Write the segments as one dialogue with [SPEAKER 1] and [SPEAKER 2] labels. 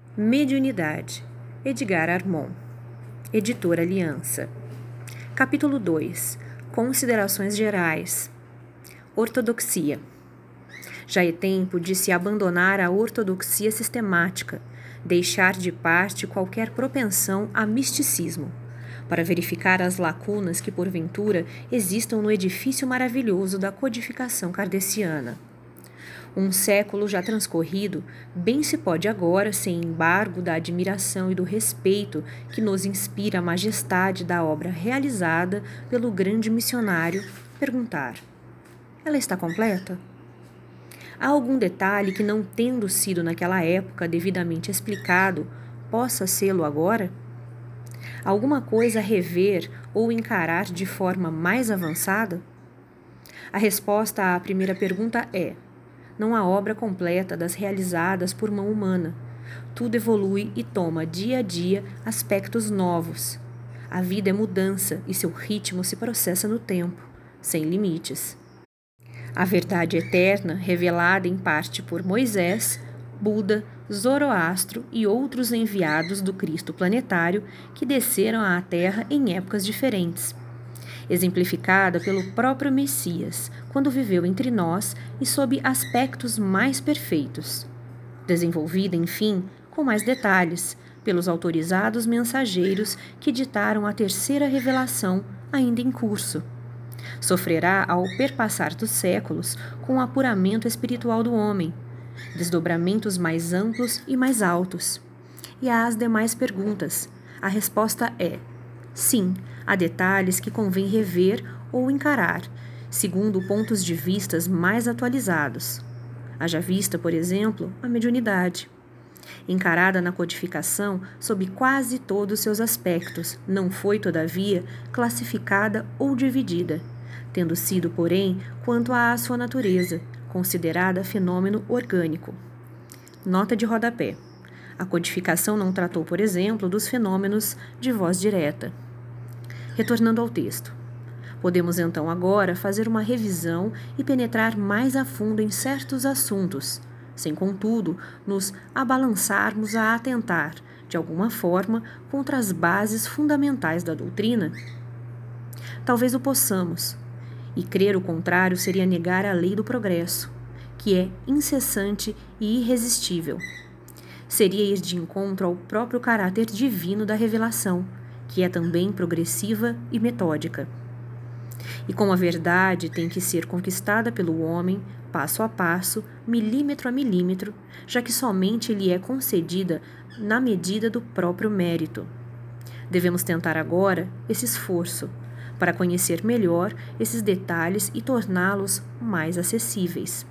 [SPEAKER 1] Mediunidade, Edgar Armond, Editora Aliança. Capítulo 2. Considerações gerais. Ortodoxia. Já é tempo de se abandonar a ortodoxia sistemática, deixar de parte qualquer propensão a misticismo, para verificar as lacunas que, porventura, existam no edifício maravilhoso da codificação kardeciana. Um século já transcorrido, bem se pode agora, sem embargo da admiração e do respeito que nos inspira a majestade da obra realizada pelo grande missionário, perguntar: ela está completa? Há algum detalhe que, não tendo sido naquela época devidamente explicado, possa sê-lo agora? Alguma coisa a rever ou encarar de forma mais avançada? A resposta à primeira pergunta é: não há obra completa das realizadas por mão humana. Tudo evolui e toma dia a dia aspectos novos. A vida é mudança e seu ritmo se processa no tempo, sem limites. A verdade eterna, revelada em parte por Moisés, Buda, Zoroastro e outros enviados do Cristo planetário que desceram à Terra em épocas diferentes, exemplificada pelo próprio Messias, quando viveu entre nós e sob aspectos mais perfeitos, desenvolvida, enfim, com mais detalhes, pelos autorizados mensageiros que ditaram a terceira revelação ainda em curso. Sofrerá ao perpassar dos séculos com o apuramento espiritual do homem, desdobramentos mais amplos e mais altos. E às demais perguntas, a resposta é: sim, há detalhes que convém rever ou encarar, segundo pontos de vistas mais atualizados. Haja vista, por exemplo, a mediunidade. Encarada na codificação sob quase todos seus aspectos, não foi, todavia, classificada ou dividida, tendo sido, porém, quanto à sua natureza, considerada fenômeno orgânico. Nota de rodapé. A codificação não tratou, por exemplo, dos fenômenos de voz direta. Retornando ao texto. Podemos então agora fazer uma revisão e penetrar mais a fundo em certos assuntos, sem, contudo, nos abalançarmos a atentar, de alguma forma, contra as bases fundamentais da doutrina? Talvez o possamos, e crer o contrário seria negar a lei do progresso, que é incessante e irresistível. Seria ir de encontro ao próprio caráter divino da revelação, que é também progressiva e metódica. E como a verdade tem que ser conquistada pelo homem, passo a passo, milímetro a milímetro, já que somente lhe é concedida na medida do próprio mérito. Devemos tentar agora esse esforço, para conhecer melhor esses detalhes e torná-los mais acessíveis.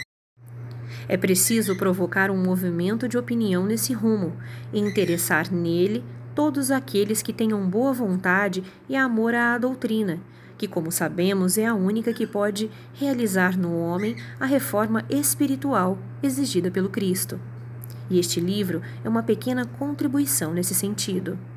[SPEAKER 1] É preciso provocar um movimento de opinião nesse rumo e interessar nele todos aqueles que tenham boa vontade e amor à doutrina, que, como sabemos, é a única que pode realizar no homem a reforma espiritual exigida pelo Cristo. E este livro é uma pequena contribuição nesse sentido.